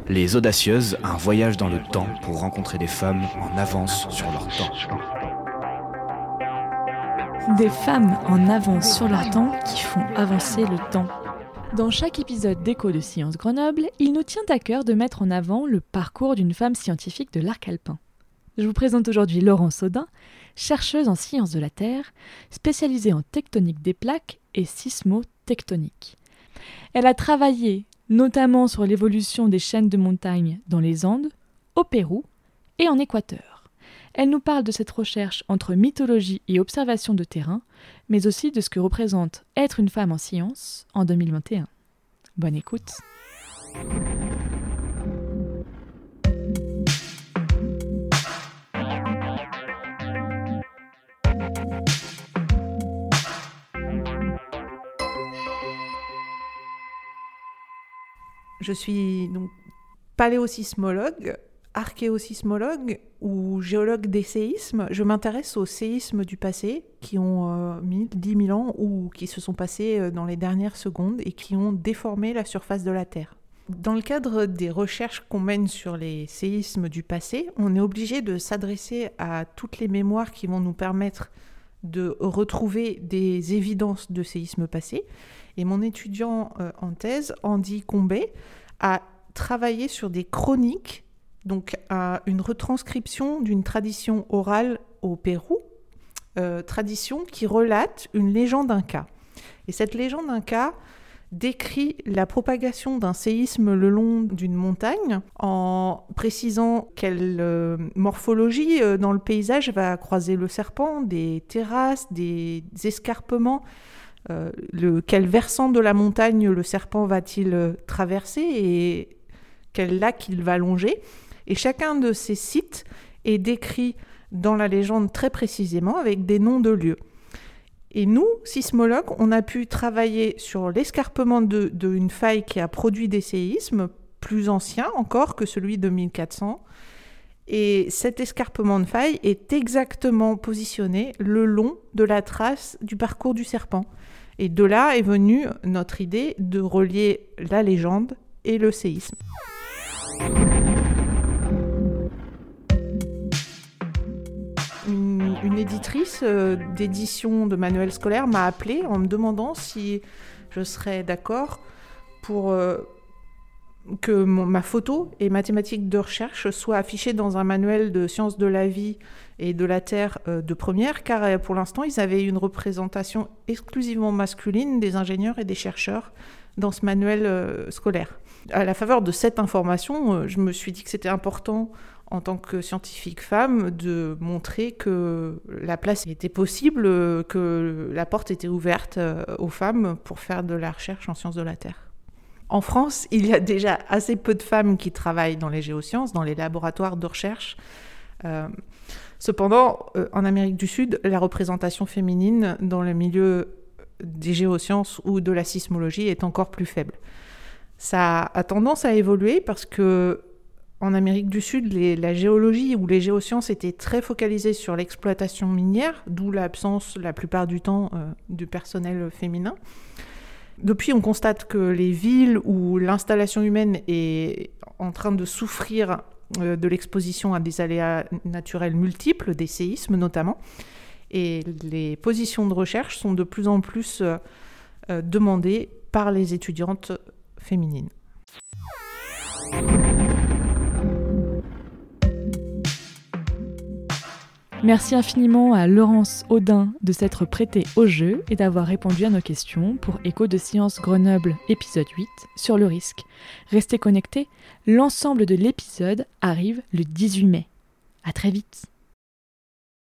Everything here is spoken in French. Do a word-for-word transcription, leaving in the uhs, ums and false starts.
Les Audacieuses, un voyage dans le temps pour rencontrer des femmes en avance sur leur temps. Des femmes en avance sur leur temps qui font avancer le temps. Dans chaque épisode d'Écho de Sciences Grenoble, il nous tient à cœur de mettre en avant le parcours d'une femme scientifique de l'arc alpin. Je vous présente aujourd'hui Laurence Audin, chercheuse en sciences de la Terre, spécialisée en tectonique des plaques et sismotectonique. Elle a travaillé notamment sur l'évolution des chaînes de montagnes dans les Andes, au Pérou et en Équateur. Elle nous parle de cette recherche entre mythologie et observation de terrain, mais aussi de ce que représente être une femme en sciences en deux mille vingt et un. Bonne écoute. Je suis donc paléosismologue, archéosismologue ou géologue des séismes. Je m'intéresse aux séismes du passé qui ont euh, mille, dix mille ans ou qui se sont passés dans les dernières secondes et qui ont déformé la surface de la Terre. Dans le cadre des recherches qu'on mène sur les séismes du passé, on est obligé de s'adresser à toutes les mémoires qui vont nous permettre de retrouver des évidences de séismes passés. Et mon étudiant euh, en thèse, Andy Combet, a travaillé sur des chroniques, donc à une retranscription d'une tradition orale au Pérou, euh, tradition qui relate une légende inca. Et cette légende inca décrit la propagation d'un séisme le long d'une montagne en précisant quelle euh, morphologie euh, dans le paysage va croiser le serpent, des terrasses, des escarpements. Euh, le, quel versant de la montagne le serpent va-t-il traverser et quel lac il va longer. Et chacun de ces sites est décrit dans la légende très précisément avec des noms de lieux. Et nous, sismologues, on a pu travailler sur l'escarpement de, de une faille qui a produit des séismes plus anciens encore que celui de mille quatre cents. Et cet escarpement de faille est exactement positionné le long de la trace du parcours du serpent. Et de là est venue notre idée de relier la légende et le séisme. Une, une éditrice euh, d'édition de manuels scolaires m'a appelée en me demandant si je serais d'accord pour euh, que mon, ma photo et ma thématique de recherche soient affichées dans un manuel de sciences de la vie et de la Terre euh, de première, car euh, pour l'instant, ils avaient une représentation exclusivement masculine des ingénieurs et des chercheurs dans ce manuel euh, scolaire. À la faveur de cette information, euh, je me suis dit que c'était important, en tant que scientifique femme, de montrer que la place était possible, euh, que la porte était ouverte euh, aux femmes pour faire de la recherche en sciences de la Terre. En France, il y a déjà assez peu de femmes qui travaillent dans les géosciences, dans les laboratoires de recherche. Euh, cependant, euh, en Amérique du Sud, la représentation féminine dans le milieu des géosciences ou de la sismologie est encore plus faible. Ça a tendance à évoluer parce que en Amérique du Sud, les, la géologie ou les géosciences étaient très focalisées sur l'exploitation minière, d'où l'absence, la plupart du temps, euh, du personnel féminin. Depuis, on constate que les villes où l'installation humaine est en train de souffrir euh, de l'exposition à des aléas naturels multiples, des séismes notamment, et les positions de recherche sont de plus en plus euh, euh, demandées par les étudiantes féminines. Merci infiniment à Laurence Audin de s'être prêtée au jeu et d'avoir répondu à nos questions pour Écho de Sciences Grenoble, épisode huit, sur le risque. Restez connectés, l'ensemble de l'épisode arrive le dix-huit mai. À très vite.